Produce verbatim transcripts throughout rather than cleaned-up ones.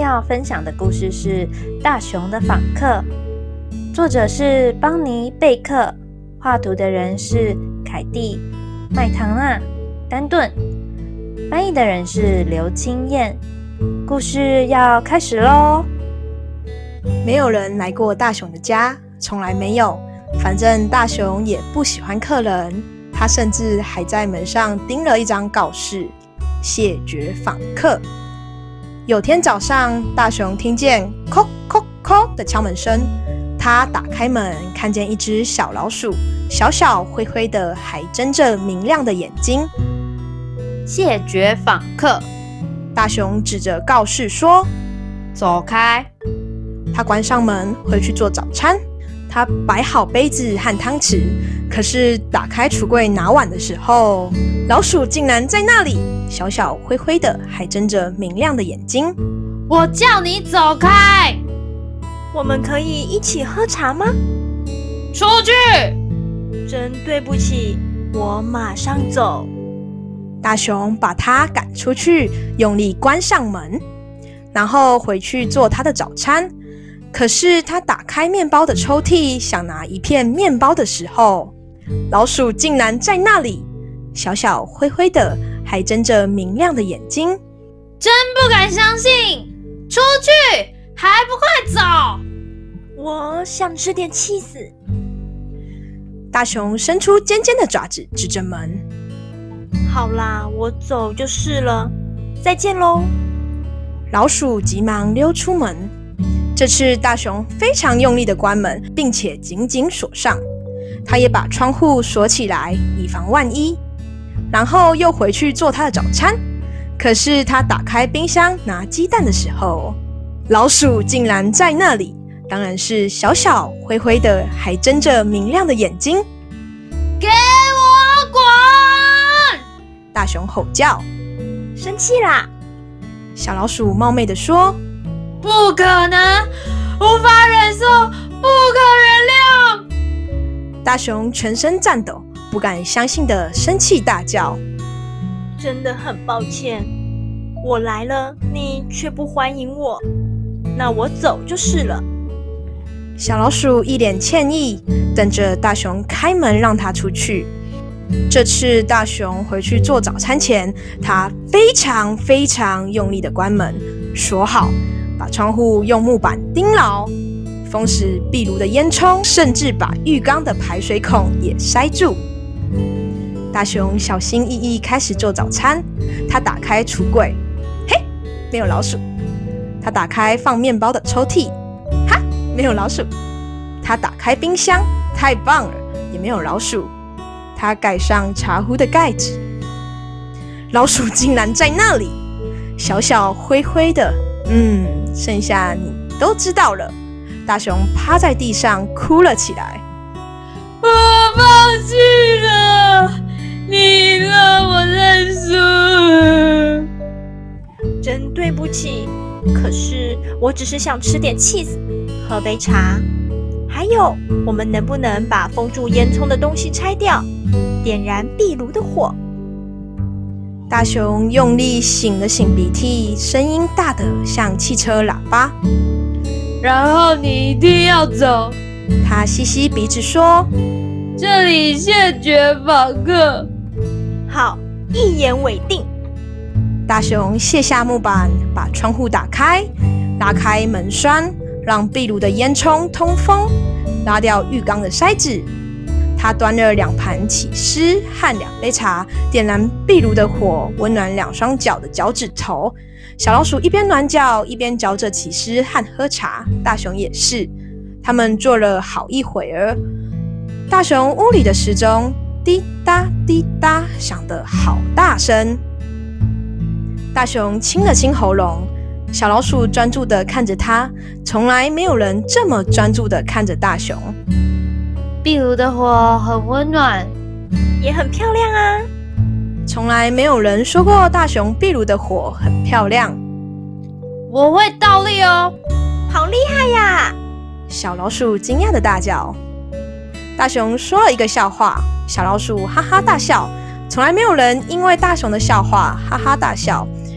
要分享的故事是《大熊的访客》，作者是邦尼·贝克，画图的人是凯蒂·麦唐纳·丹顿，翻译的人是刘清燕。故事要开始咯。 没有人来过大熊的家，从来没有。反正大熊也不喜欢客人，他甚至还在门上钉了一张告示，谢绝访客。有天早上，大熊听见“叩叩叩”的敲门声，他打开门，看见一只小老鼠，小小灰灰的，还睁着明亮的眼睛。 谢绝访客， 大熊指着告示说：“ 走开！” 他关上门，回去做早餐。他摆好杯子和汤匙，可是打开橱柜拿碗的时候，老鼠竟然在那里，小小灰灰的，还睁着明亮的眼睛。 我叫你走开！ 我们可以一起喝茶吗？ 出去！ 真对不起，我马上走。 大熊把他赶出去，用力关上门，然后回去做他的早餐。可是他打开面包的抽屉，想拿一片面包的时候，老鼠竟然在那里，小小灰灰的，还睁着明亮的眼睛。 真不敢相信！出去！还不快走！ 我想吃点起司。 大熊伸出尖尖的爪子，指着门。 好啦，我走就是了，再见咯。 老鼠急忙溜出门。这次大熊非常用力地关门，并且紧紧锁上。他也把窗户锁起来，以防万一。然后又回去做他的早餐。可是他打开冰箱拿鸡蛋的时候，老鼠竟然在那里，当然是小小灰灰的，还睁着明亮的眼睛。 给我滚！ 大熊吼叫。 生气啦！ 小老鼠冒昧地说： 不可能，无法忍受，不可原谅！ 大熊全身颤抖，不敢相信的生气大叫： 真的很抱歉，我来了，你却不欢迎我，那我走就是了。 小老鼠一脸歉意，等着大熊开门让他出去。这次大熊回去做早餐前，他非常非常用力的关门，锁好，把窗户用木板钉牢，封死壁炉的烟囱，甚至把浴缸的排水孔也塞住。大熊小心翼翼开始做早餐。他打开橱柜，嘿，没有老鼠。他打开放面包的抽屉，哈，没有老鼠。他打开冰箱，太棒了，也没有老鼠。他盖上茶壶的盖子，老鼠竟然在那里，小小灰灰的。嗯，剩下你都知道了。大熊趴在地上哭了起来。 我放弃了，你让我认输。 真对不起，可是我只是想吃点起司，喝杯茶。还有，我们能不能把封住烟囱的东西拆掉，点燃壁炉的火？ 大熊用力擤了擤鼻涕，声音大得像汽车喇叭。 然后你一定要走。 他吸吸鼻子说： 这里谢绝访客。 好，一言为定。 大熊卸下木板，把窗户打开，拉开门栓，让壁炉的烟囱通风，拉掉浴缸的塞子。他端了两盘起司和两杯茶，点燃壁炉的火，温暖两双脚的脚趾头。小老鼠一边暖脚，一边嚼着起司和喝茶。大熊也是。他们坐了好一会儿。大熊屋里的时钟滴答滴答响得好大声。大熊清了清喉咙，小老鼠专注地看着他，从来没有人这么专注地看着大熊。 壁炉的火很温暖， 也很漂亮啊。 从来没有人说过大熊壁炉的火很漂亮。 我会倒立哦。 好厉害呀！ 小老鼠惊讶的大叫。大熊说了一个笑话，小老鼠哈哈大笑。从来没有人因为大熊的笑话哈哈大笑。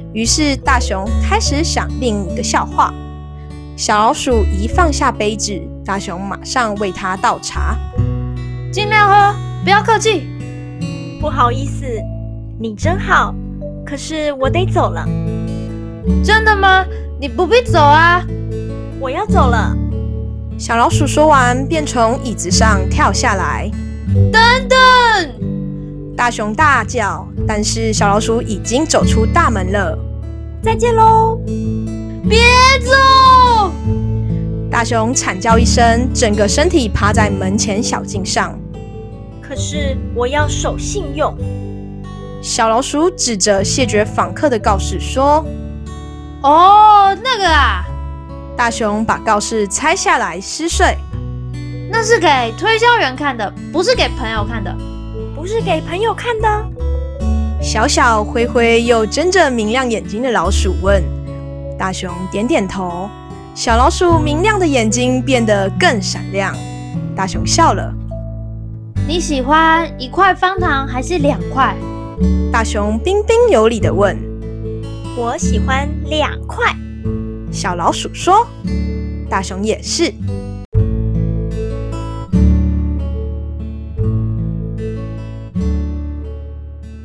于是大熊开始想另一个笑话。小老鼠一放下杯子，大熊马上为它倒茶。 尽量喝，不要客气。 不好意思，你真好，可是我得走了。 真的吗？你不必走啊。 我要走了。 小老鼠说完，便从椅子上跳下来。 等等！ 大熊大叫，但是小老鼠已经走出大门了。 再见喽！ 别走！ 大熊惨叫一声，整个身体趴在门前小径上。 可是我要守信用。 小老鼠指着谢绝访客的告示说：“ 哦，那个啊！” 大熊把告示拆下来撕碎。 那是给推销员看的，不是给朋友看的。 不是给朋友看的。 小小灰灰又睁着明亮眼睛的老鼠问。大熊点点头。小老鼠明亮的眼睛变得更闪亮。大熊笑了。 你喜欢一块方糖还是两块？ 大熊彬彬有礼地问。 我喜欢两块。 小老鼠说。大熊也是。